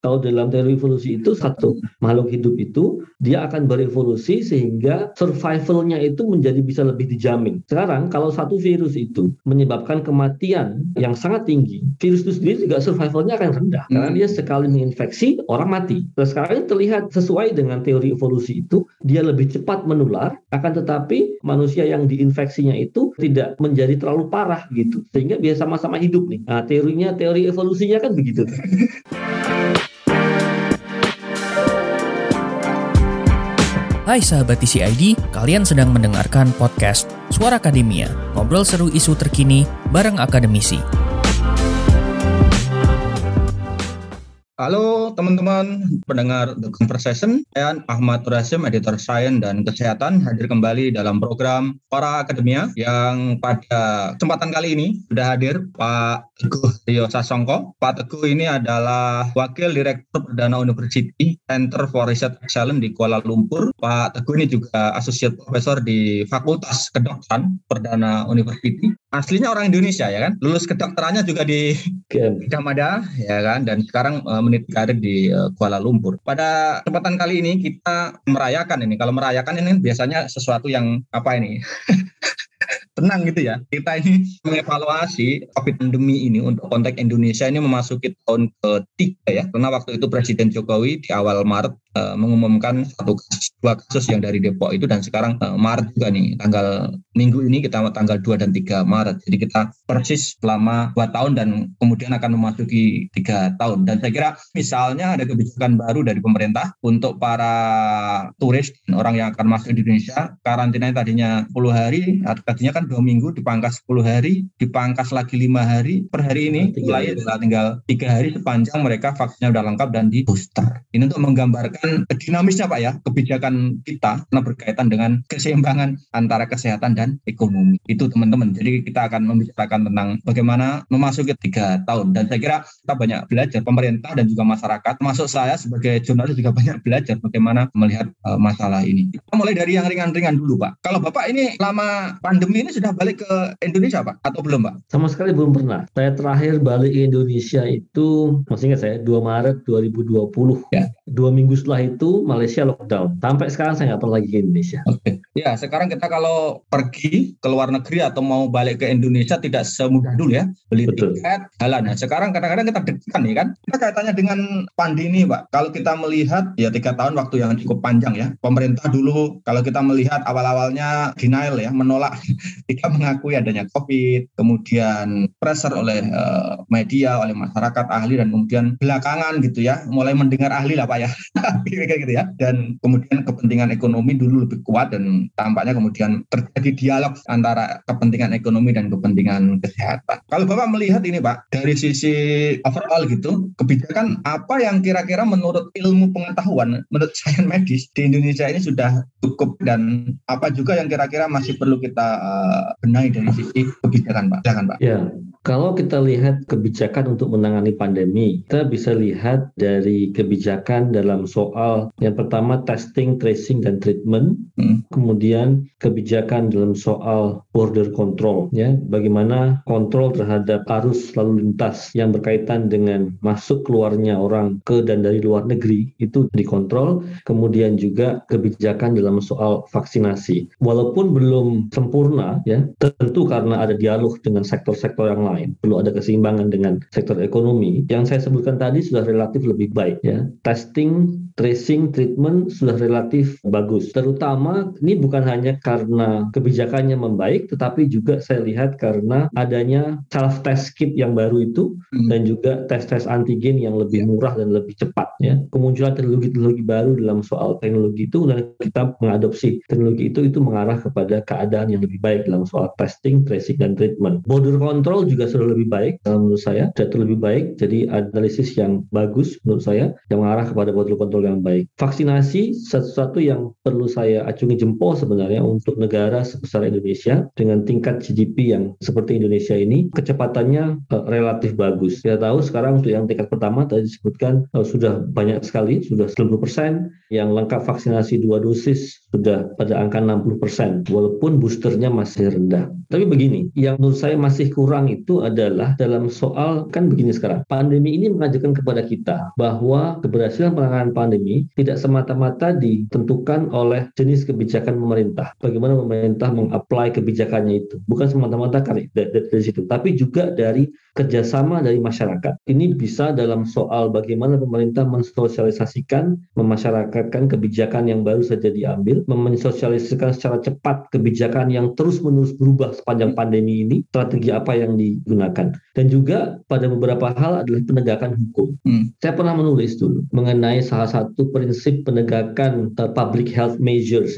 Kalau dalam teori evolusi itu satu makhluk hidup itu dia akan berevolusi sehingga survival-nya itu menjadi bisa lebih dijamin. Sekarang kalau satu virus itu menyebabkan kematian yang sangat tinggi, virus itu sendiri juga survival-nya akan rendah karena dia sekali menginfeksi orang mati. Terus sekarang terlihat sesuai dengan teori evolusi itu dia lebih cepat menular, akan tetapi manusia yang diinfeksinya itu tidak menjadi terlalu parah gitu, sehingga bisa sama-sama hidup nih. Nah, teori evolusinya kan begitu. Hai sahabat TCID, kalian sedang mendengarkan podcast Suara Akademia, ngobrol seru isu terkini bareng akademisi. Halo teman-teman pendengar The Conversation, saya Ahmad Rasim, editor Sains dan Kesehatan, hadir kembali dalam program Suara Akademia yang pada kesempatan kali ini sudah hadir Pak Teguh Rio Sasongko. Pak Teguh ini adalah Wakil Direktur Perdana University Center for Research Excellence di Kuala Lumpur. Pak Teguh ini juga Associate Professor di Fakultas Kedokteran Perdana University. Aslinya orang Indonesia ya kan, lulus kedokterannya juga di Gamada ya kan, dan sekarang meniti karir di Kuala Lumpur. Pada kesempatan kali ini kita merayakan ini. Kalau merayakan ini biasanya sesuatu yang apa ini? Tenang gitu ya. Kita ini mengevaluasi COVID pandemi ini untuk konteks Indonesia ini memasuki tahun ketiga ya. Karena waktu itu Presiden Jokowi di awal Maret mengumumkan dua kasus yang dari Depok itu, dan sekarang Maret juga nih, minggu ini kita tanggal 2 dan 3 Maret. Jadi kita persis selama 2 tahun dan kemudian akan memasuki 3 tahun. Dan saya kira misalnya ada kebijakan baru dari pemerintah untuk para turis dan orang yang akan masuk di Indonesia, karantinanya tadinya 10 hari, tadinya kan 2 minggu dipangkas 10 hari, dipangkas lagi 5 hari, per hari ini mulai tinggal 3 hari sepanjang mereka vaksinnya sudah lengkap dan di booster. Ini untuk menggambarkan dinamisnya Pak ya, kebijakan kita karena berkaitan dengan keseimbangan antara kesehatan dan ekonomi. Itu teman-teman. Jadi kita akan membicarakan tentang bagaimana memasuki 3 tahun. Dan saya kira kita banyak belajar, pemerintah dan juga masyarakat, termasuk saya sebagai jurnalis juga banyak belajar bagaimana melihat masalah ini. Kita mulai dari yang ringan-ringan dulu Pak. Kalau Bapak ini lama pandemi ini sudah balik ke Indonesia Pak? Atau belum Pak? Sama sekali belum pernah. Saya terakhir balik ke Indonesia itu, masih ingat saya, 2 Maret 2020. Ya. 2 minggu setelah itu Malaysia lockdown. Sampai sekarang saya nggak pernah lagi ke Indonesia. Oke. Ya, sekarang kita kalau pergi ke luar negeri atau mau balik ke Indonesia tidak semudah dulu ya. Beli tiket, jalan. Nah, sekarang kadang-kadang kita deg-degan nih kan. Kita kaitannya dengan pandemi Pak. Kalau kita melihat ya 3 tahun waktu yang cukup panjang ya. Pemerintah dulu kalau kita melihat awal-awalnya denial ya, menolak, tidak mengakui adanya COVID, kemudian pressure oleh media, oleh masyarakat, ahli, dan kemudian belakangan gitu ya, mulai mendengar ahli lah Pak ya. Gitu ya. Dan kemudian kepentingan ekonomi dulu lebih kuat, dan tampaknya kemudian terjadi dialog antara kepentingan ekonomi dan kepentingan kesehatan. Kalau Bapak melihat ini Pak, dari sisi overall gitu, kebijakan apa yang kira-kira menurut ilmu pengetahuan, menurut sains medis di Indonesia ini sudah cukup, dan apa juga yang kira-kira masih perlu kita benahi dari sisi kebijakan Pak? Silakan Pak. Ya. Kalau kita lihat kebijakan untuk menangani pandemi, kita bisa lihat dari kebijakan dalam soal yang pertama testing, tracing, dan treatment. Kemudian kebijakan dalam soal border control, ya, bagaimana kontrol terhadap arus lalu lintas yang berkaitan dengan masuk keluarnya orang ke dan dari luar negeri itu dikontrol. Kemudian juga kebijakan dalam soal vaksinasi. Walaupun belum sempurna, ya, tentu karena ada dialog dengan sektor-sektor yang lain, perlu ada keseimbangan dengan sektor ekonomi. Yang saya sebutkan tadi sudah relatif lebih baik ya. Testing, tracing, treatment sudah relatif bagus. Terutama ini bukan hanya karena kebijakannya membaik, tetapi juga saya lihat karena adanya self test kit yang baru itu dan juga tes-tes antigen yang lebih murah dan lebih cepat ya. Kemunculan teknologi-teknologi baru dalam soal teknologi itu, dan kita mengadopsi teknologi itu mengarah kepada keadaan yang lebih baik dalam soal testing, tracing, dan treatment. Border control juga sudah lebih baik menurut saya, jatuh lebih baik. Jadi analisis yang bagus menurut saya yang mengarah kepada border control yang baik. Vaksinasi sesuatu yang perlu saya acungi jempol sebenarnya untuk negara sebesar Indonesia dengan tingkat GDP yang seperti Indonesia ini, kecepatannya relatif bagus. Kita tahu sekarang untuk yang tingkat pertama tadi disebutkan sudah banyak sekali, sudah 90%, yang lengkap vaksinasi 2 dosis sudah pada angka 60%, walaupun boosternya masih rendah. Tapi begini, yang menurut saya masih kurang itu itu adalah dalam soal, kan begini sekarang, pandemi ini mengajarkan kepada kita bahwa keberhasilan penanganan pandemi tidak semata-mata ditentukan oleh jenis kebijakan pemerintah. Bagaimana pemerintah mengapply kebijakannya itu. Bukan semata-mata dari situ, tapi juga dari kerjasama dari masyarakat. Ini bisa dalam soal bagaimana pemerintah mensosialisasikan, memasyarakatkan kebijakan yang baru saja diambil, mensosialisasikan secara cepat kebijakan yang terus-menerus berubah sepanjang pandemi ini, strategi apa yang digunakan. Dan juga pada beberapa hal adalah penegakan hukum. Saya pernah menulis dulu mengenai salah satu prinsip penegakan public health measures,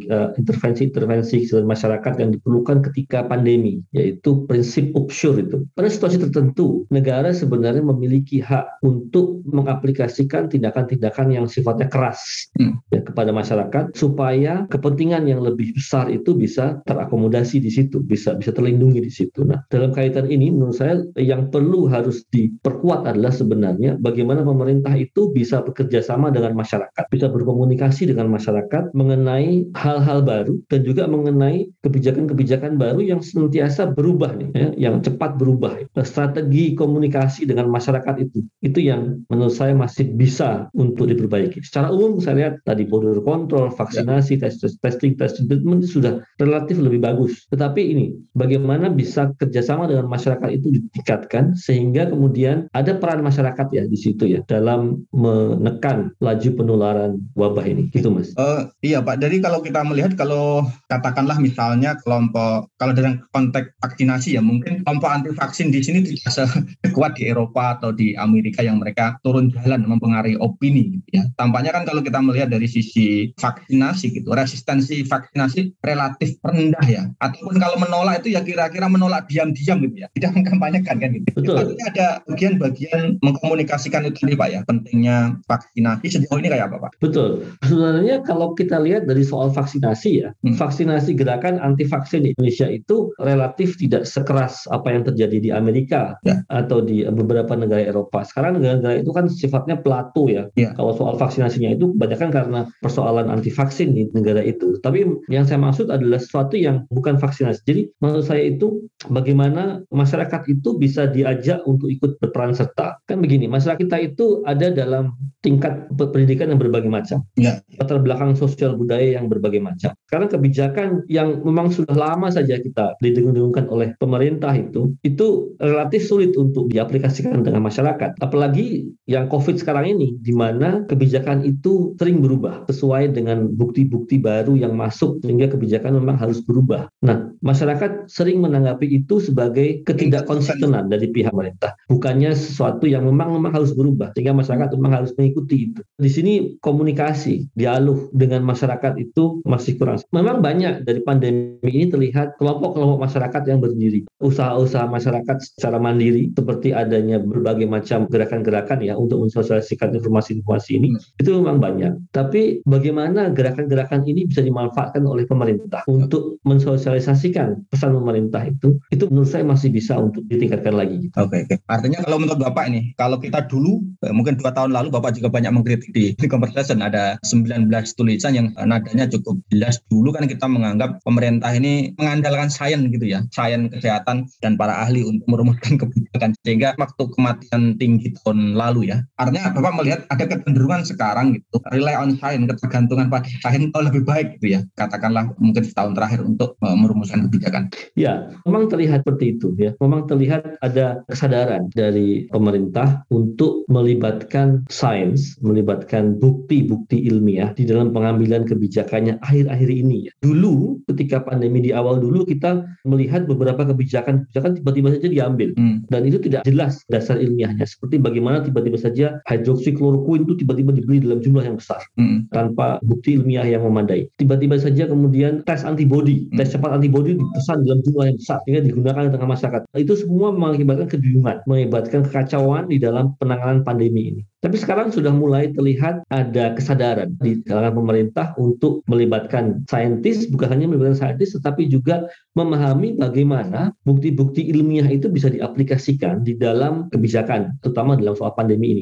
intervensi masyarakat yang diperlukan ketika pandemi, yaitu prinsip Upshur itu. Pada situasi tertentu, negara sebenarnya memiliki hak untuk mengaplikasikan tindakan-tindakan yang sifatnya keras kepada masyarakat, supaya kepentingan yang lebih besar itu bisa terakomodasi di situ, bisa terlindungi di situ. Nah, dalam kaitan ini menurut saya yang perlu harus diperkuat adalah sebenarnya bagaimana pemerintah itu bisa bekerja sama dengan masyarakat, bisa berkomunikasi dengan masyarakat mengenai hal-hal baru dan juga mengenai kebijakan-kebijakan baru yang senantiasa berubah nih, yang cepat berubah. Strategi komunikasi dengan masyarakat itu yang menurut saya masih bisa untuk diperbaiki. Secara umum saya lihat tadi border control, vaksinasi, testing treatment itu sudah relatif lebih bagus. Tetapi ini bagaimana bisa kerjasama dengan masyarakat itu ditingkatkan sehingga kemudian ada peran masyarakat ya di situ ya dalam menekan laju penularan wabah ini. Gitu Mas. Iya Pak. Jadi kalau kita melihat kalau katakanlah misalnya kelompok, kalau dalam konteks vaksinasi ya mungkin kelompok anti vaksin di sini tidak sekuat di Eropa atau di Amerika yang mereka turun jalan mempengaruhi opini gitu ya. Tampaknya kan kalau kita melihat dari sisi vaksinasi gitu, resistensi vaksinasi relatif rendah ya. Ataupun kalau menolak itu ya kira-kira menolak diam-diam gitu ya. Tidak mengkampanyekan kan gitu. Betul. Tapi ada bagian mengkomunikasikan itu nih Pak ya. Pentingnya vaksinasi sejauh ini kayak apa Pak? Betul. Sebenarnya kalau kita lihat dari soal vaksinasi ya, vaksinasi gerakan anti vaksin di Indonesia itu relatif tidak sekeras apa yang terjadi di Amerika atau di beberapa negara Eropa. Sekarang negara-negara itu kan sifatnya pelatu ya. Kalau soal vaksinasinya itu kebanyakan karena persoalan anti vaksin di negara itu. Tapi yang saya maksud adalah sesuatu yang bukan vaksinasi. Jadi menurut saya itu bagaimana masyarakat itu bisa diajak untuk ikut berperan serta. Kan begini, masyarakat kita itu ada dalam tingkat pendidikan yang berbagai macam. Latar belakang sosial budaya yang berbagai macam. Sekarang kebijakan yang memang sudah lama saja kita didengung-dengungkan oleh pemerintah itu relatif sulit untuk diaplikasikan dengan masyarakat. Apalagi yang COVID sekarang ini, di mana kebijakan itu sering berubah sesuai dengan bukti-bukti baru yang masuk sehingga kebijakan memang harus berubah. Nah, masyarakat sering menanggapi itu sebagai ketidakkonsistenan dari pihak pemerintah. Bukannya sesuatu yang memang harus berubah sehingga masyarakat memang harus mengikuti itu. Di sini komunikasi, dialog dengan masyarakat itu masih kurang. Memang banyak dari pandemi ini terlihat kelompok-kelompok masyarakat yang berdiri. Usaha-usaha masyarakat secara mandiri seperti adanya berbagai macam gerakan-gerakan ya untuk mensosialisasikan informasi-informasi ini itu memang banyak. Tapi bagaimana gerakan-gerakan ini bisa dimanfaatkan oleh pemerintah untuk mensosialisasikan pesan pemerintah itu menurut saya masih bisa untuk ditingkatkan lagi. Oke. Artinya kalau menurut Bapak ini, kalau kita dulu mungkin 2 tahun lalu Bapak juga banyak mengkritik di Conversation ada 19 tulisan yang nadanya cukup jelas. Dulu kan kita menganggap pemerintah ini mengandalkan sains gitu ya, sains kesehatan dan para ahli untuk merumuskan kebijakan sehingga waktu kematian tinggi tahun lalu ya. Artinya Bapak melihat ada kecenderungan sekarang gitu, rely on science, ketergantungan pada sains lebih baik gitu ya. Katakanlah mungkin setahun terakhir untuk merumuskan kebijakan. Ya, memang terlihat seperti itu ya. Memang terlihat ada kesadaran dari pemerintah untuk melibatkan sains, melibatkan bukti-bukti ilmiah di dalam pengambilan kebijakannya akhir-akhir ini ya. Dulu ketika pandemi di awal dulu kita melihat beberapa kebijakan tiba-tiba saja diambil dan itu tidak jelas dasar ilmiahnya. Seperti bagaimana tiba-tiba saja hidroksikloroquine itu tiba-tiba dibeli dalam jumlah yang besar tanpa bukti ilmiah yang memadai. Tiba-tiba saja kemudian tes antibodi, tes cepat antibodi dipesan dalam jumlah yang besar sehingga digunakan di tengah masyarakat. Itu semua mengakibatkan kebingungan, mengakibatkan kekacauan di dalam penanganan pandemi ini. Tapi sekarang sudah mulai terlihat ada kesadaran di kalangan pemerintah untuk melibatkan saintis, bukan hanya melibatkan saintis, tetapi juga memahami bagaimana bukti-bukti ilmiah itu bisa diaplikasikan di dalam kebijakan, terutama dalam soal pandemi ini. Nah,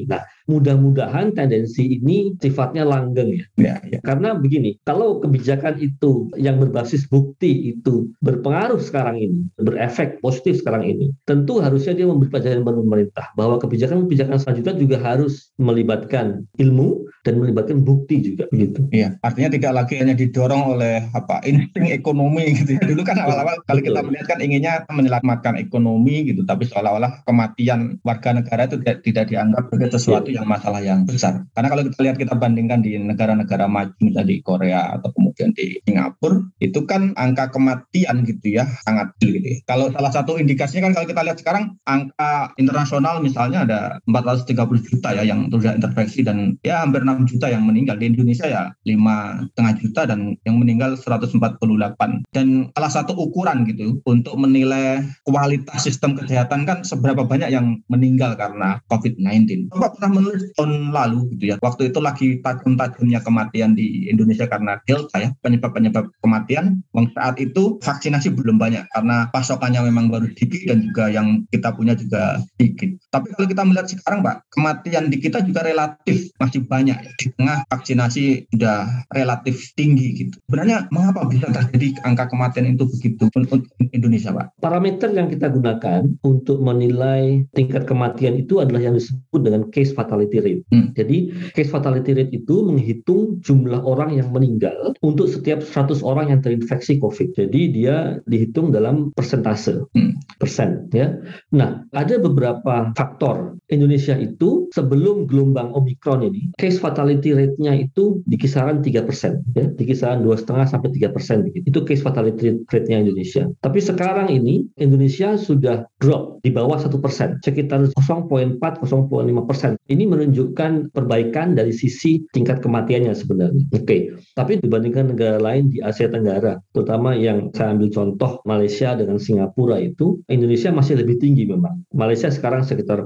mudah-mudahan tendensi ini sifatnya langgeng ya. Karena begini, kalau kebijakan itu yang berbasis bukti itu berpengaruh sekarang ini, berefek positif sekarang ini, tentu harusnya dia memberi pelajaran kepada pemerintah bahwa kebijakan-kebijakan selanjutnya juga harus melibatkan ilmu dan melibatkan bukti juga begitu. Iya, artinya tidak lagi hanya didorong oleh insting ekonomi gitu ya. Dulu kan awal-awal kalau kita melihat kan inginnya menyelamatkan ekonomi gitu, tapi seolah-olah kematian warga negara itu tidak dianggap sebagai sesuatu yang masalah yang besar. Karena kalau kita lihat, kita bandingkan di negara-negara maju misalnya di Korea atau kemudian di Singapura, itu kan angka kematian gitu ya sangat kecil gitu ya. Kalau salah satu indikasinya kan kalau kita lihat sekarang angka internasional misalnya ada 430 juta ya yang sudah infeksi dan ya hampir 6 juta yang meninggal. Di Indonesia ya 5,5 juta dan yang meninggal 148. Dan salah satu ukuran gitu untuk menilai kualitas sistem kesehatan kan seberapa banyak yang meninggal karena COVID-19. Bapak pernah menulis tahun lalu gitu ya, waktu itu lagi tajam-tajamnya kematian di Indonesia karena Delta ya, penyebab kematian. Saat itu vaksinasi belum banyak karena pasokannya memang baru sedikit dan juga yang kita punya juga sedikit. Tapi kalau kita melihat sekarang Pak, kematian di kita juga relatif masih banyak ya. Di tengah vaksinasi sudah relatif tinggi gitu. Sebenarnya mengapa bisa terjadi angka kematian itu begitu untuk Indonesia Pak? Parameter yang kita gunakan untuk menilai tingkat kematian itu adalah yang disebut dengan case fatality rate. Jadi case fatality rate itu menghitung jumlah orang yang meninggal untuk setiap 100 orang yang terinfeksi COVID. Jadi dia dihitung dalam persentase, persen ya. Nah, ada beberapa faktor. Indonesia itu sebelum gelombang Omicron ini, case fatality rate-nya itu di kisaran 3%, ya, di kisaran 2,5 sampai 3% begitu. Itu case fatality rate-nya Indonesia. Tapi sekarang ini Indonesia sudah drop di bawah 1%, sekitar 0,4-0,5%. Ini menunjukkan perbaikan dari sisi tingkat kematiannya sebenarnya. Oke. Tapi dibandingkan negara lain di Asia Tenggara, terutama yang saya ambil contoh Malaysia dengan Singapura itu, Indonesia masih lebih tinggi memang. Malaysia sekarang sekitar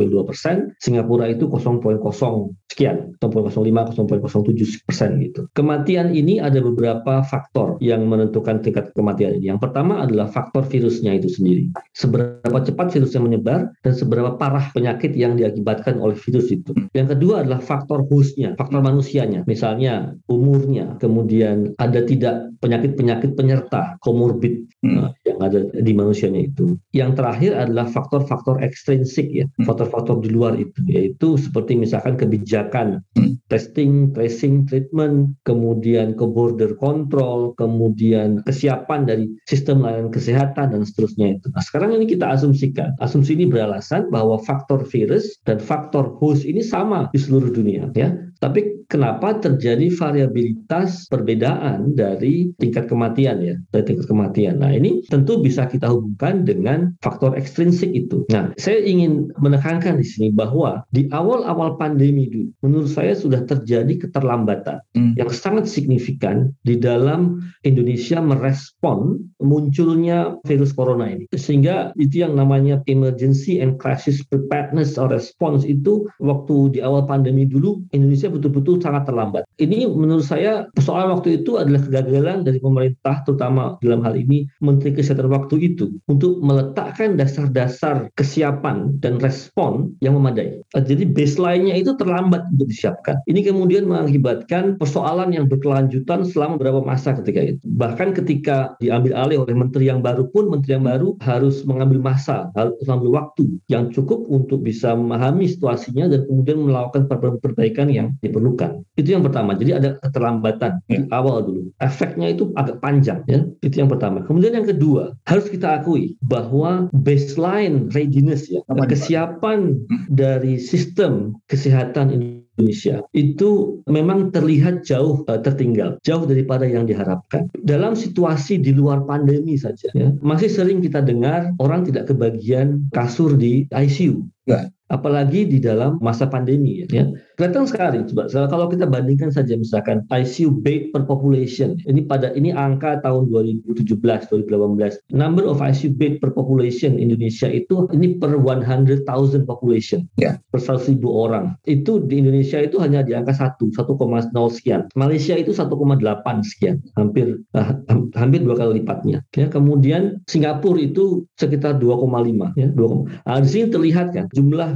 0,2%, Singapura itu 0,0 sekian, 0,05, 0,07% gitu. Kematian ini ada beberapa faktor yang menentukan tingkat kematian ini. Yang pertama adalah faktor virusnya itu sendiri. Seberapa cepat virusnya menyebar dan seberapa parah penyakit yang diakibatkan oleh virus itu. Yang kedua adalah faktor hostnya, faktor manusianya. Misalnya umurnya, kemudian ada tidak penyakit-penyakit penyerta, komorbid yang ada di manusianya itu. Yang terakhir adalah faktor-faktor ekstrinsik ya, faktor-faktor di luar itu, yaitu seperti misalkan kebijakan testing, tracing, treatment, kemudian ke border control, kemudian kesiapan dari sistem layanan kesehatan dan seterusnya itu. Nah, sekarang ini kita asumsikan. Asumsi ini beralasan bahwa faktor virus dan faktor host ini sama di seluruh dunia ya. Tapi kenapa terjadi variabilitas perbedaan dari tingkat kematian ya, dari tingkat kematian. Nah, ini tentu bisa kita hubungkan dengan faktor ekstrinsik itu. Nah, saya ingin menekankan di sini bahwa di awal-awal pandemi dulu, menurut saya sudah terjadi keterlambatan yang sangat signifikan di dalam Indonesia merespon munculnya virus corona ini. Sehingga itu yang namanya emergency and crisis preparedness or response itu waktu di awal pandemi dulu Indonesia betul-betul sangat terlambat. Ini menurut saya persoalan waktu itu adalah kegagalan dari pemerintah, terutama dalam hal ini Menteri Kesehatan waktu itu, untuk meletakkan dasar-dasar kesiapan dan respon yang memadai. Jadi baseline-nya itu terlambat untuk disiapkan. Ini kemudian mengakibatkan persoalan yang berkelanjutan selama beberapa masa ketika itu. Bahkan ketika diambil alih oleh menteri yang baru pun, menteri yang baru harus mengambil masa, harus mengambil waktu yang cukup untuk bisa memahami situasinya dan kemudian melakukan perbaikan yang diperlukan. Itu yang pertama. Jadi ada keterlambatan di awal dulu. Efeknya itu agak panjang ya. Itu yang pertama. Kemudian yang kedua, harus kita akui bahwa baseline readiness ya, kesiapan dari sistem kesehatan Indonesia itu memang terlihat jauh tertinggal, jauh daripada yang diharapkan. Dalam situasi di luar pandemi saja ya, masih sering kita dengar orang tidak kebagian kasur di ICU. Apalagi di dalam masa pandemi ya. Kelihatan sekali coba kalau kita bandingkan saja misalkan ICU bed per population. Ini angka tahun 2017 2018. Number of ICU bed per population Indonesia itu ini per 100,000 population. Per 100,000 orang. Itu di Indonesia itu hanya di angka 1,0 sekian. Malaysia itu 1,8 sekian. Hampir 2 kali lipatnya. Ya, kemudian Singapura itu sekitar 2,5 ya, 2. Nah, di sini terlihat kan jumlah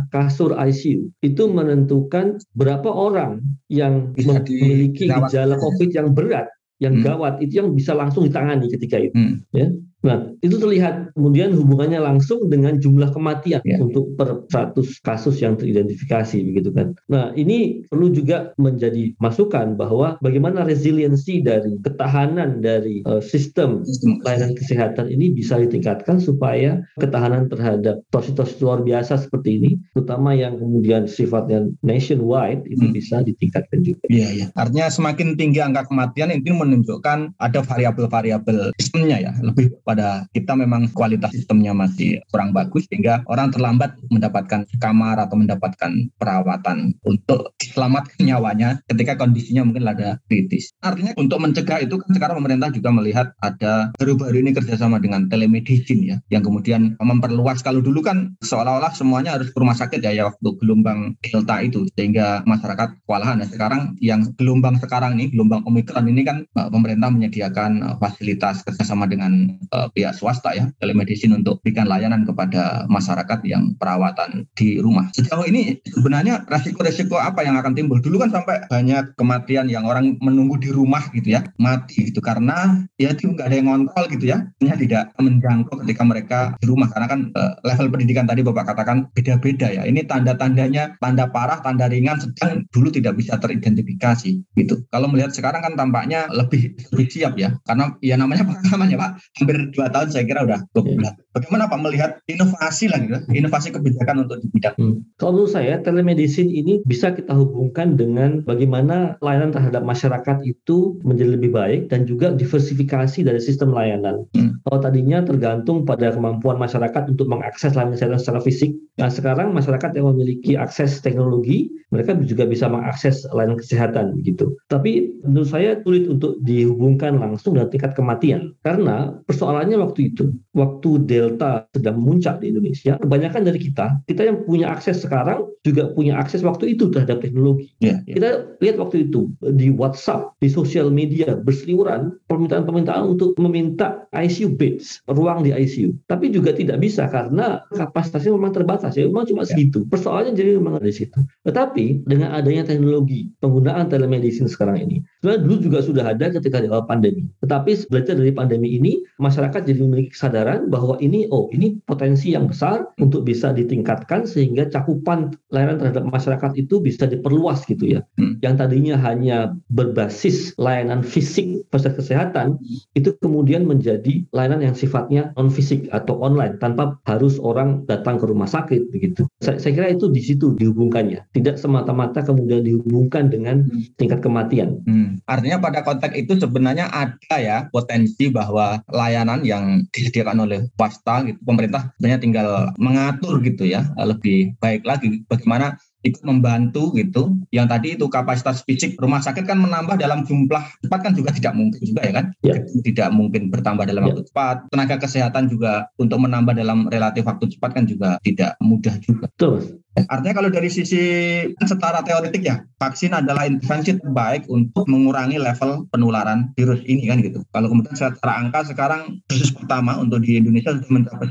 kasur ICU itu menentukan berapa orang yang memiliki gejala COVID yang berat, yang gawat, itu yang bisa langsung ditangani ketika itu. Ya. Nah, itu terlihat kemudian hubungannya langsung dengan jumlah kematian untuk per 100 kasus yang teridentifikasi, begitu kan. Nah, ini perlu juga menjadi masukan bahwa bagaimana resiliensi dari ketahanan dari sistem layanan kesehatan ini bisa ditingkatkan supaya ketahanan terhadap situasi luar biasa seperti ini, terutama yang kemudian sifatnya nationwide, itu bisa ditingkatkan juga. Iya. Artinya semakin tinggi angka kematian itu menunjukkan ada variabel-variabel sistemnya ya, lebih pada kita memang kualitas sistemnya masih kurang bagus sehingga orang terlambat mendapatkan kamar atau mendapatkan perawatan untuk selamatkan nyawanya ketika kondisinya mungkin ada kritis. Artinya untuk mencegah itu kan sekarang pemerintah juga melihat ada baru-baru ini kerjasama dengan telemedicine ya, yang kemudian memperluas. Kalau dulu kan seolah-olah semuanya harus ke rumah sakit ya waktu gelombang Delta itu sehingga masyarakat kewalahan. Nah, sekarang yang gelombang sekarang ini, gelombang Omicron ini kan pemerintah menyediakan fasilitas kerjasama dengan pihak swasta ya, telemedicine untuk berikan layanan kepada masyarakat yang perawatan di rumah. Sejauh ini sebenarnya resiko-resiko apa yang akan timbul? Dulu kan sampai banyak kematian yang orang menunggu di rumah gitu ya, mati gitu karena ya itu nggak ada yang ngontrol gitu ya, tidak menjangkau ketika mereka di rumah karena kan level pendidikan tadi Bapak katakan beda-beda ya. Ini tanda-tandanya tanda parah, tanda ringan, sedang dulu tidak bisa teridentifikasi gitu. Kalau melihat sekarang kan tampaknya lebih siap ya, karena ya namanya pengalaman ya Pak, hampir 2 tahun saya kira udah cukup. Bagaimana Pak melihat inovasi lagi, inovasi kebijakan untuk di bidang? Kalau menurut saya telemedicine ini bisa kita hubungkan dengan bagaimana layanan terhadap masyarakat itu menjadi lebih baik dan juga diversifikasi dari sistem layanan. Kalau tadinya tergantung pada kemampuan masyarakat untuk mengakses layanan kesehatan secara fisik, nah sekarang masyarakat yang memiliki akses teknologi, mereka juga bisa mengakses layanan kesehatan gitu. Tapi menurut saya sulit untuk dihubungkan langsung dengan tingkat kematian karena persoalannya waktu itu, waktu Delta sedang memuncak di Indonesia, kebanyakan dari kita yang punya akses sekarang juga punya akses waktu itu terhadap teknologi. Kita lihat waktu itu di WhatsApp, di sosial media berseliweran permintaan untuk meminta ICU beds, ruang di ICU. Tapi juga tidak bisa karena kapasitasnya memang terbatas, ya memang cuma segitu. Persoalannya jadi memang dari situ. Tetapi dengan adanya teknologi, penggunaan telemedicine sekarang ini, sebenarnya dulu juga sudah ada ketika di awal pandemi. Tetapi belajar dari pandemi ini, masyarakat jadi memiliki kesadaran bahwa ini potensi yang besar untuk bisa ditingkatkan sehingga cakupan layanan terhadap masyarakat itu bisa diperluas gitu ya. Yang tadinya hanya berbasis layanan fisik fasilitas kesehatan itu kemudian menjadi layanan yang sifatnya non fisik atau online tanpa harus orang datang ke rumah sakit begitu. Saya kira itu di situ dihubungkannya, tidak semata-mata kemudian dihubungkan dengan tingkat kematian. Artinya pada konteks itu sebenarnya ada ya potensi bahwa layanan yang disediakan oleh swasta gitu, pemerintah sebenarnya tinggal mengatur gitu ya lebih baik lagi bagaimana ikut membantu gitu. Yang tadi itu kapasitas fisik rumah sakit kan menambah dalam jumlah cepat kan juga tidak mungkin juga ya kan? Tidak mungkin bertambah dalam waktu cepat. Tenaga kesehatan juga untuk menambah dalam relatif waktu cepat kan juga tidak mudah juga. Betul. Artinya kalau dari sisi setara teoretik ya, vaksin adalah intervensi terbaik untuk mengurangi level penularan virus ini kan gitu. Kalau kemudian secara angka sekarang dosis pertama untuk di Indonesia sudah mencapai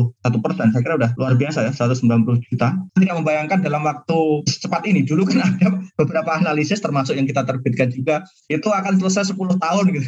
91%. Saya kira udah luar biasa ya, 190 juta. Tidak membayangkan dalam waktu secepat ini. Dulu kan ada beberapa analisis termasuk yang kita terbitkan juga, itu akan selesai 10 tahun gitu.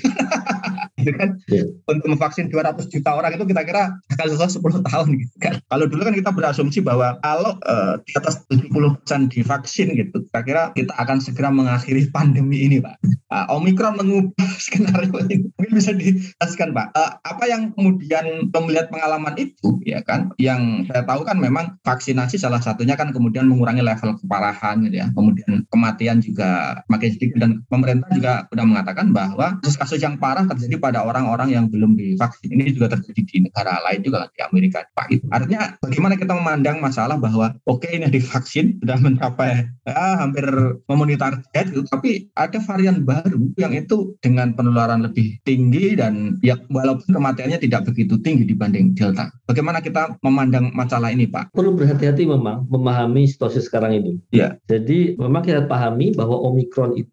Gitu kan? Untuk memvaksin 200 juta orang itu kita kira akan selesai 10 tahun gitu kan. Kalau dulu kan kita berasumsi bahwa kalau di atas 70% divaksin gitu, kira-kira kita akan segera mengakhiri pandemi ini Pak. Omicron mengubah skenario ini. Mungkin bisa dijelaskan Pak, apa yang kemudian melihat pengalaman itu ya kan, yang saya tahu kan memang vaksinasi salah satunya kan kemudian mengurangi level keparahan gitu ya, kemudian kematian juga makin sedikit dan pemerintah juga sudah mengatakan bahwa kasus-kasus yang parah terjadi pada orang-orang yang belum divaksin. Ini juga terjadi di negara lain juga di Amerika Pak. Artinya bagaimana kita memandang masalah bahwa ini divaksin sudah mencapai hampir memenuhi target gitu, tapi ada varian baru yang itu dengan penularan lebih tinggi dan ya walaupun kematiannya tidak begitu tinggi dibanding Delta. Bagaimana kita memandang masalah ini Pak? Perlu berhati-hati memang memahami situasi sekarang ini. Jadi memang kita pahami bahwa Omicron itu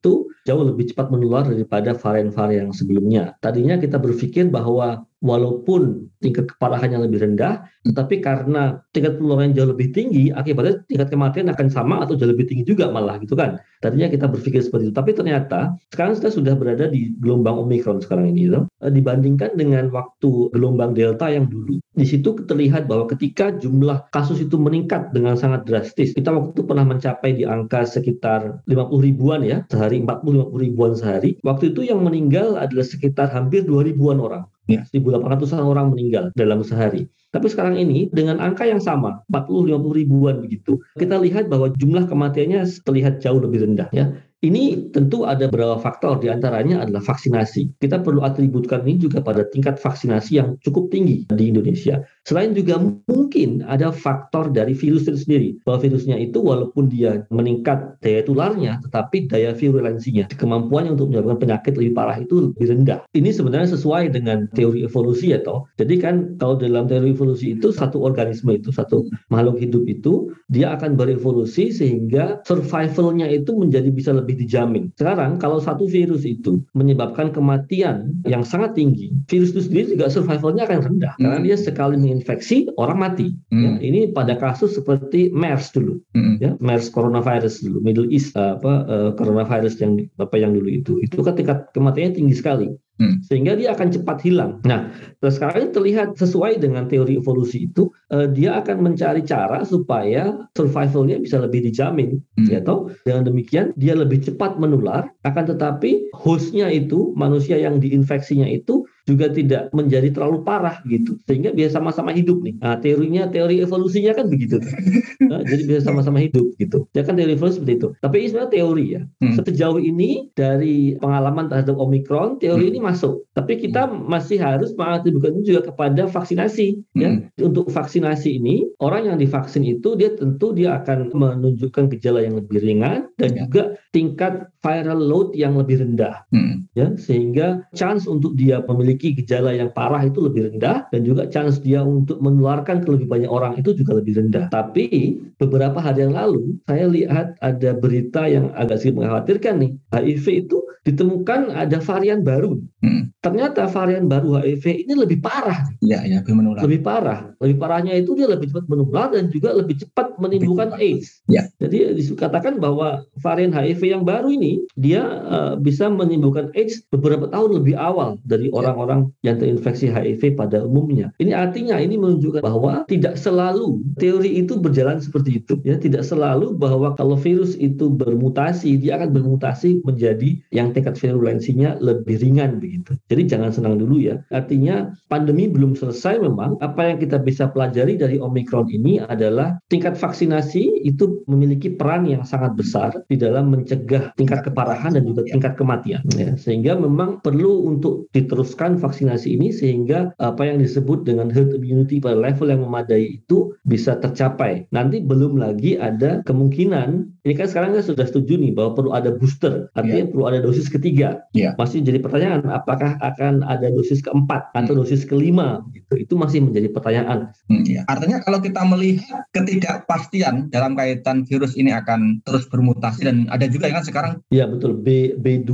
jauh lebih cepat menular daripada varian-varian yang sebelumnya. Tadinya kita berpikir bahwa walaupun tingkat keparahannya lebih rendah, tetapi karena tingkat penularannya jauh lebih tinggi, akibatnya tingkat kematian akan sama atau jauh lebih tinggi juga malah gitu kan. Tadinya kita berpikir seperti itu, tapi ternyata sekarang kita sudah berada di gelombang Omicron sekarang ini, dibandingkan dengan waktu gelombang Delta yang dulu. Di situ terlihat bahwa ketika jumlah kasus itu meningkat dengan sangat drastis, kita waktu itu pernah mencapai di angka sekitar 50 ribuan ya, sehari 40-50 ribuan sehari. Waktu itu yang meninggal adalah sekitar hampir 2 ribuan orang. 1.800-an orang meninggal dalam sehari. Tapi sekarang ini dengan angka yang sama, 40-50 ribuan begitu, kita lihat bahwa jumlah kematiannya terlihat jauh lebih rendah ya. Ini tentu ada beberapa faktor, diantaranya adalah vaksinasi. Kita perlu atributkan ini juga pada tingkat vaksinasi yang cukup tinggi di Indonesia. Selain juga mungkin ada faktor dari virus itu sendiri, bahwa virusnya itu walaupun dia meningkat daya tularnya, tetapi daya virulensinya, kemampuannya untuk menyebabkan penyakit lebih parah itu lebih rendah. Ini sebenarnya sesuai dengan teori evolusi ya toh. Jadi kan kalau dalam teori evolusi itu satu organisme itu, satu makhluk hidup itu, dia akan berevolusi sehingga survival-nya itu menjadi bisa lebih dijamin. Sekarang kalau satu virus itu menyebabkan kematian yang sangat tinggi, virus itu sendiri juga survival-nya akan rendah karena dia sekali menginfeksi orang mati. Ya, ini pada kasus seperti MERS dulu, ya MERS coronavirus dulu, Middle East coronavirus yang dulu itu kan tingkat kematiannya tinggi sekali. Sehingga dia akan cepat hilang. Nah, sekarang terlihat sesuai dengan teori evolusi itu, dia akan mencari cara supaya survival-nya bisa lebih dijamin, ya toh. Dengan demikian dia lebih cepat menular, akan tetapi host-nya itu, manusia yang diinfeksinya itu juga tidak menjadi terlalu parah gitu, sehingga bisa sama-sama hidup nih. Nah, teori evolusinya kan begitu. Nah, jadi bisa sama-sama hidup gitu. Ya kan teori evolusi seperti itu. Tapi ini sebenarnya teori ya. Sejauh ini dari pengalaman terhadap Omicron, teori ini masuk. Tapi kita masih harus mengatribusikan juga kepada vaksinasi. Ya, untuk vaksinasi ini orang yang divaksin itu dia akan menunjukkan gejala yang lebih ringan dan juga tingkat viral load yang lebih rendah. Ya, sehingga chance untuk dia memiliki gejala yang parah itu lebih rendah dan juga chance dia untuk menularkan ke lebih banyak orang itu juga lebih rendah. Tapi beberapa hari yang lalu saya lihat ada berita yang agak sedikit mengkhawatirkan nih. HIV itu ditemukan ada varian baru. Ternyata varian baru HIV ini lebih parah. Ya, lebih menular. Lebih parah. Lebih parahnya itu dia lebih cepat menular dan juga lebih cepat menimbulkan AIDS. Ya. Jadi dikatakan bahwa varian HIV yang baru ini dia bisa menimbulkan AIDS beberapa tahun lebih awal dari orang-orang yang terinfeksi HIV pada umumnya. Ini artinya ini menunjukkan bahwa tidak selalu teori itu berjalan seperti itu. Ya, tidak selalu bahwa kalau virus itu bermutasi, dia akan bermutasi menjadi yang tingkat virulensinya lebih ringan begitu. Jadi jangan senang dulu ya. Artinya pandemi belum selesai memang. Apa yang kita bisa pelajari dari Omicron ini adalah tingkat vaksinasi itu memiliki peran yang sangat besar di dalam mencegah tingkat keparahan dan juga tingkat kematian. Ya, sehingga memang perlu untuk diteruskan vaksinasi ini sehingga apa yang disebut dengan herd immunity pada level yang memadai itu bisa tercapai. Nanti belum lagi ada kemungkinan, ini kan sekarang kan sudah setuju nih bahwa perlu ada booster, artinya perlu ada dosis ketiga. Masih jadi pertanyaan apakah akan ada dosis keempat atau dosis kelima gitu. Itu masih menjadi pertanyaan. Artinya kalau kita melihat ketidakpastian dalam kaitan virus ini akan terus bermutasi dan ada juga yang kan sekarang. Ya betul, B2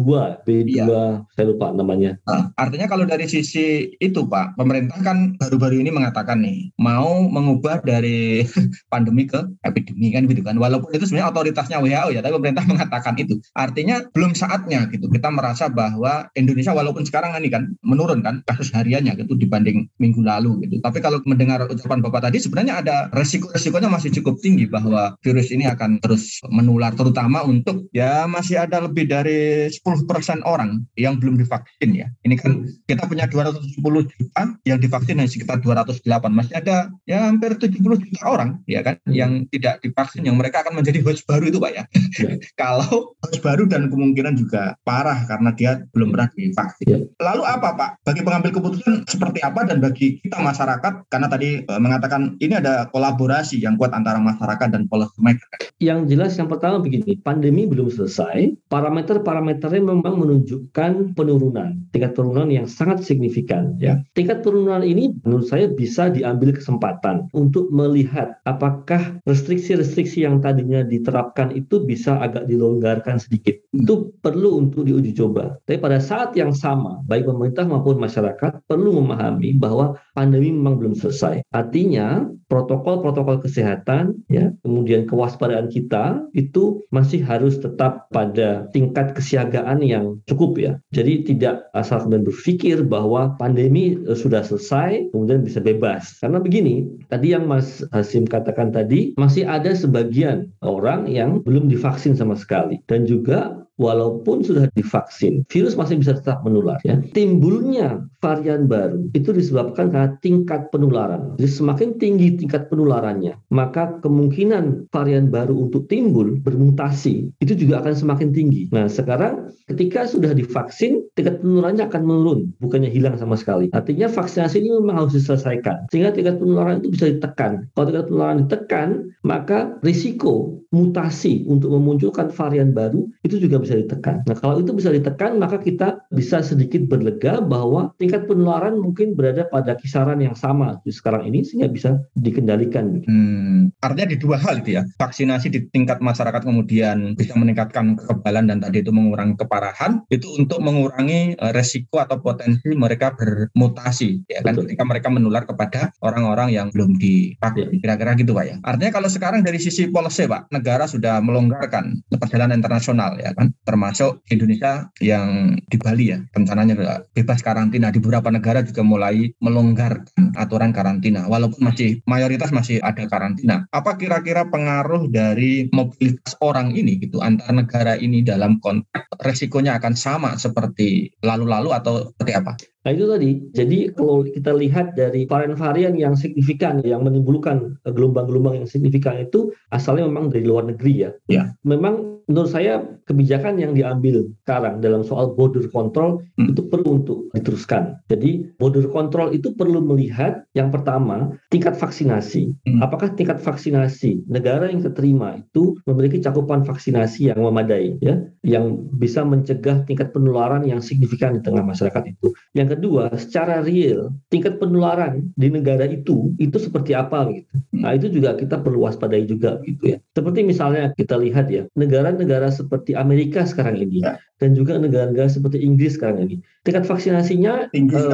saya lupa namanya. Artinya kalau dari sisi itu Pak, pemerintah kan baru-baru ini mengatakan nih mau mengubah dari pandemi ke epidemi kan gitu kan. Walaupun itu sebenarnya otoritasnya WHO ya, tapi pemerintah mengatakan itu. Artinya belum saatnya gitu. Kita merasa bahwa Indonesia walaupun sekarang ini kan menurun kan kasus hariannya gitu dibanding minggu lalu gitu. Tapi kalau mendengar ucapan Bapak tadi sebenarnya ada resiko-resikonya masih cukup tinggi bahwa virus ini akan terus menular, terutama untuk ya masih ada lebih dari 10% orang yang belum divaksin ya. Ini kan kita punya 270 juta yang divaksin hanya sekitar 208. Masih ada ya hampir 70 juta orang ya kan yang tidak divaksin, yang mereka akan menjadi host baru itu Pak ya. Kalau host baru dan kemungkinan juga parah karena dia belum pernah divaksin. Lalu apa Pak? Bagi pengambil keputusan seperti apa dan bagi kita masyarakat, karena tadi mengatakan ini ada kolaborasi yang kuat antara masyarakat dan policy maker. Yang jelas yang pertama begini, pandemi belum selesai, parameter-parameternya memang menunjukkan penurunan, tingkat penurunan yang sangat signifikan ya. Tingkat penurunan ini menurut saya bisa diambil kesempatan untuk melihat apakah restriksi-restriksi yang tadinya diterapkan itu bisa agak dilonggarkan sedikit itu perlu untuk diuji coba. Tapi pada saat yang sama, baik pemerintah maupun masyarakat perlu memahami bahwa pandemi memang belum selesai. Artinya protokol-protokol kesehatan, ya, kemudian kewaspadaan kita itu masih harus tetap pada tingkat kesiagaan yang cukup, ya. Jadi tidak asal kemudian berpikir bahwa pandemi sudah selesai kemudian bisa bebas. Karena begini, tadi yang Mas Hasim katakan tadi, masih ada sebagian orang yang belum divaksin sama sekali, dan juga walaupun sudah divaksin, virus masih bisa tetap menular. Ya. Timbulnya varian baru itu disebabkan karena tingkat penularan. Jadi semakin tinggi tingkat penularannya, maka kemungkinan varian baru untuk timbul, bermutasi, itu juga akan semakin tinggi. Nah, sekarang ketika sudah divaksin, tingkat penularannya akan menurun, bukannya hilang sama sekali. Artinya vaksinasi ini memang harus diselesaikan, sehingga tingkat penularan itu bisa ditekan. Kalau tingkat penularan ditekan, maka risiko mutasi untuk memunculkan varian baru itu juga bisa ditekan. Nah, kalau itu bisa ditekan, maka kita bisa sedikit berlega bahwa tingkat penularan mungkin berada pada kisaran yang sama di sekarang ini, sehingga bisa dikendalikan. Artinya di dua hal itu, ya. Vaksinasi di tingkat masyarakat kemudian bisa meningkatkan kekebalan dan tadi itu mengurangi keparahan, itu untuk mengurangi resiko atau potensi mereka bermutasi, ya kan, ketika mereka menular kepada orang-orang yang belum divaksin. Kira-kira gitu, Pak, ya. Artinya kalau sekarang dari sisi policy, Pak, negara sudah melonggarkan perjalanan internasional, ya kan, termasuk Indonesia yang di Bali, ya, rencananya bebas karantina. Di beberapa negara juga mulai melonggarkan aturan karantina, walaupun mayoritas masih ada karantina. Apa kira-kira pengaruh dari mobilitas orang ini gitu antar negara ini dalam konteks resikonya akan sama seperti lalu-lalu atau seperti apa? Nah, itu tadi. Jadi kalau kita lihat dari varian-varian yang signifikan, yang menimbulkan gelombang-gelombang yang signifikan itu asalnya memang dari luar negeri, ya. Ya. Memang menurut saya kebijakan yang diambil sekarang dalam soal border control itu perlu untuk diteruskan. Jadi border control itu perlu melihat yang pertama tingkat vaksinasi. Apakah tingkat vaksinasi negara yang terima itu memiliki cakupan vaksinasi yang memadai, ya, yang bisa mencegah tingkat penularan yang signifikan di tengah masyarakat itu. Yang kedua, secara real tingkat penularan di negara itu seperti apa gitu. Nah, itu juga kita perlu waspadai juga gitu, ya. Seperti misalnya kita lihat, ya, negara-negara seperti Amerika sekarang ini dan juga negara-negara seperti Inggris sekarang ini, tingkat vaksinasinya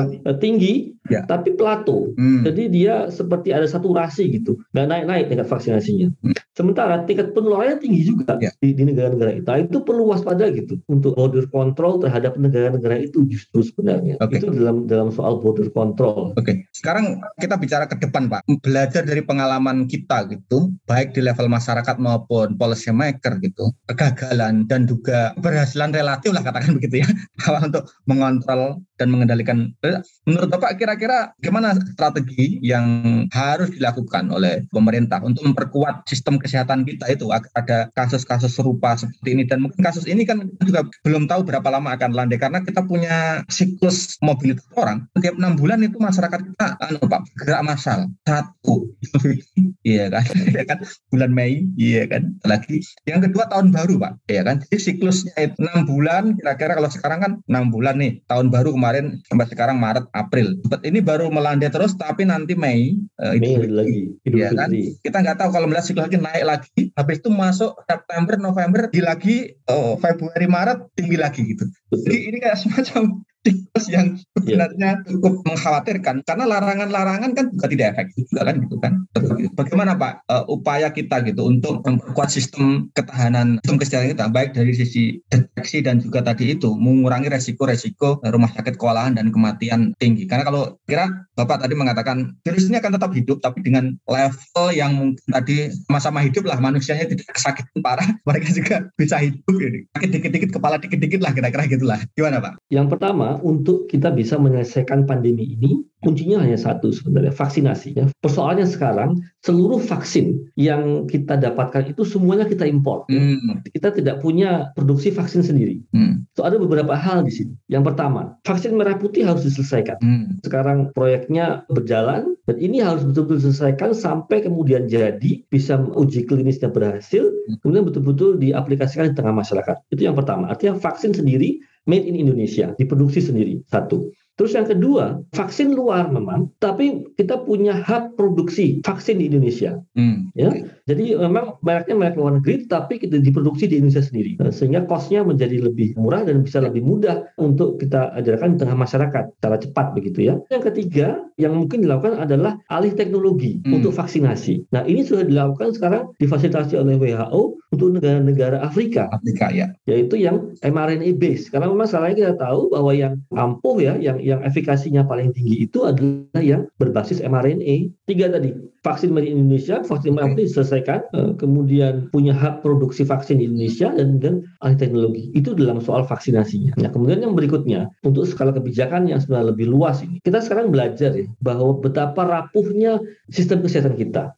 tinggi, ya, tapi plato. Jadi dia seperti ada saturasi gitu, nggak naik-naik tingkat vaksinasinya. Sementara tingkat penularannya tinggi juga, ya, di negara-negara itu. Nah, itu perlu waspada gitu untuk border control terhadap negara-negara itu justru sebenarnya. Itu dalam soal border control. Sekarang kita bicara ke depan, Pak. Belajar dari pengalaman kita gitu, baik di level masyarakat maupun policy maker gitu, kegagalan dan juga keberhasilan relatif lah katakan begitu, ya, untuk mengontrol dan mengendalikan. Menurut Bapak kira-kira gimana strategi yang harus dilakukan oleh pemerintah untuk memperkuat sistem kesehatan kita itu agar ada kasus-kasus serupa seperti ini, dan mungkin kasus ini kan juga belum tahu berapa lama akan landai karena kita punya siklus mobilitas orang. Setiap 6 bulan itu masyarakat kita Pak, bergerak massal. 1 iya kan, bulan Mei, iya kan, lagi yang kedua tahun baru, Pak, iya kan. Jadi siklusnya itu 6 bulan, kira-kira kalau sekarang kan 6 bulan nih, tahun baru kemarin sampai sekarang Maret, April. Ini baru melandai terus, tapi nanti Mei lagi, iya kan. Kita nggak tahu kalau melihat siklus lagi naik lagi, habis itu masuk September, November, tinggi lagi, Februari, Maret tinggi lagi gitu. Jadi ini kayak semacam siklus yang sebenarnya cukup mengkhawatirkan karena larangan-larangan kan juga tidak efektif juga kan gitu kan. Bagaimana Pak upaya kita gitu untuk memperkuat sistem ketahanan sistem kesehatan kita baik dari sisi deteksi dan juga tadi itu mengurangi resiko-resiko rumah sakit kewalahan dan kematian tinggi. Karena kalau kira Bapak tadi mengatakan virus ini akan tetap hidup tapi dengan level yang mungkin tadi sama-sama hidup lah, manusianya tidak kesakitan parah, mereka juga bisa hidup ini. Sakit dikit-dikit, kepala dikit-dikit lah, kira-kira gitulah. Gimana Pak? Yang pertama, untuk kita bisa menyelesaikan pandemi ini, kuncinya hanya satu sebenarnya, vaksinasi. Ya. Persoalannya sekarang, seluruh vaksin yang kita dapatkan itu semuanya kita impor. Kita tidak punya produksi vaksin sendiri. So, ada beberapa hal di sini. Yang pertama, vaksin merah putih harus diselesaikan. Sekarang proyeknya berjalan, dan ini harus betul-betul diselesaikan sampai kemudian jadi, bisa uji klinisnya berhasil, kemudian betul-betul diaplikasikan di tengah masyarakat. Itu yang pertama. Artinya vaksin sendiri made in Indonesia, diproduksi sendiri, satu. Terus yang kedua, vaksin luar memang, tapi kita punya hub produksi vaksin di Indonesia. Ya, jadi memang mereknya merek luar negeri, tapi kita diproduksi di Indonesia sendiri, sehingga cost-nya menjadi lebih murah dan bisa lebih mudah untuk kita ajarkan di tengah masyarakat secara cepat begitu ya. Yang ketiga, yang mungkin dilakukan adalah alih teknologi untuk vaksinasi. Nah, ini sudah dilakukan sekarang difasilitasi oleh WHO untuk negara-negara Afrika ya, yaitu yang mRNA base. Karena memang sekarang kita tahu bahwa yang ampuh ya, yang efikasinya paling tinggi itu adalah yang berbasis mRNA. 3 tadi, vaksin dari Indonesia, vaksin merah putih diselesaikan, kemudian punya hak produksi vaksin di Indonesia, dan alih teknologi. Itu dalam soal vaksinasinya. Nah, kemudian yang berikutnya, untuk skala kebijakan yang sebenarnya lebih luas ini, kita sekarang belajar ya, bahwa betapa rapuhnya sistem kesehatan kita.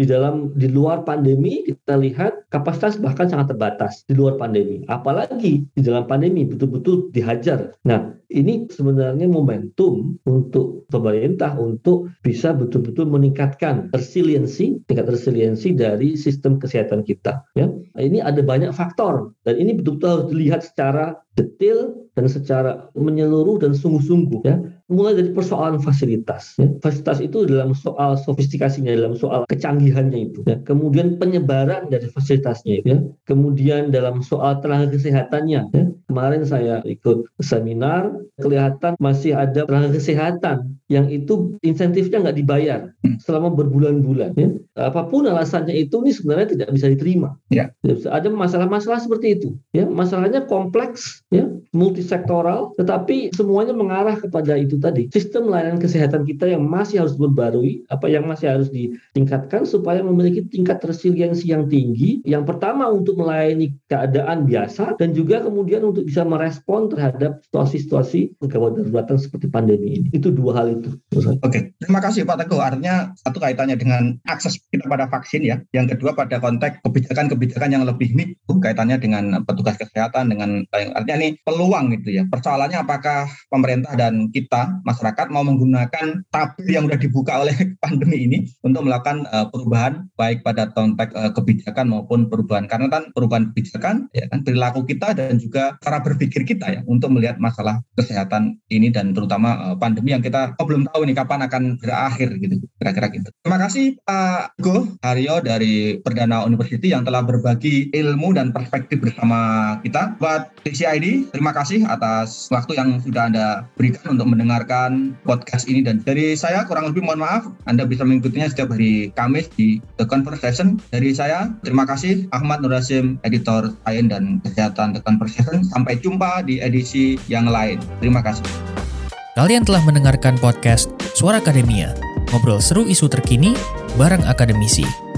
Di luar pandemi, kita lihat kapasitas bahkan sangat terbatas di luar pandemi. Apalagi di dalam pandemi, betul-betul dihajar. Nah, ini sebenarnya momentum untuk pemerintah untuk bisa betul-betul meningkatkan tingkat resiliensi dari sistem kesehatan kita. Ya, ini ada banyak faktor dan ini betul-betul harus dilihat secara detail dan secara menyeluruh dan sungguh-sungguh. Ya, mulai dari persoalan fasilitas. Ya. Fasilitas itu dalam soal sofistikasinya, dalam soal kecanggihannya itu. Ya. Kemudian penyebaran dari fasilitasnya. Ya. Kemudian dalam soal tenaga kesehatannya. Ya. Kemarin saya ikut seminar, kelihatan masih ada tenaga kesehatan yang itu insentifnya nggak dibayar selama berbulan-bulan. Ya. Apapun alasannya itu, ini sebenarnya tidak bisa diterima. Ya. Ada masalah-masalah seperti itu. Ya. Masalahnya kompleks, ya, multisektoral, tetapi semuanya mengarah kepada itu tadi. Sistem layanan kesehatan kita yang masih harus diperbarui, yang masih harus ditingkatkan supaya memiliki tingkat resiliensi yang tinggi. Yang pertama untuk melayani keadaan biasa, dan juga kemudian untuk bisa merespon terhadap situasi-situasi kegawat daruratan seperti pandemi ini. Itu 2 hal itu. Oke, terima kasih Pak Teguh. Artinya satu kaitannya dengan akses kita pada vaksin ya. Yang kedua pada konteks kebijakan-kebijakan yang lebih mikro kaitannya dengan petugas kesehatan, dengan artinya ini peluang gitu ya. Persoalannya apakah pemerintah dan kita masyarakat mau menggunakan tabir yang sudah dibuka oleh pandemi ini untuk melakukan perubahan baik pada konteks kebijakan maupun perubahan, karena kan perubahan kebijakan ya kan perilaku kita dan juga cara berpikir kita ya untuk melihat masalah kesehatan ini, dan terutama pandemi yang kita belum tahu nih kapan akan berakhir gitu, kira-kira gitu. Terima kasih Pak Teguh Haryo dari Perdana University yang telah berbagi ilmu dan perspektif bersama kita. Buat TCID, terima kasih atas waktu yang sudah Anda berikan untuk mendengarkan podcast ini, dan dari saya kurang lebih mohon maaf. Anda bisa mengikutinya setiap hari Kamis di The Conversation. Dari saya, terima kasih Ahmad Nur Hasyim, editor Sains dan Kesehatan The Conversation. Sampai jumpa di edisi yang lain. Terima kasih. Kalian telah mendengarkan podcast Suara Akademia, ngobrol seru isu terkini bareng akademisi.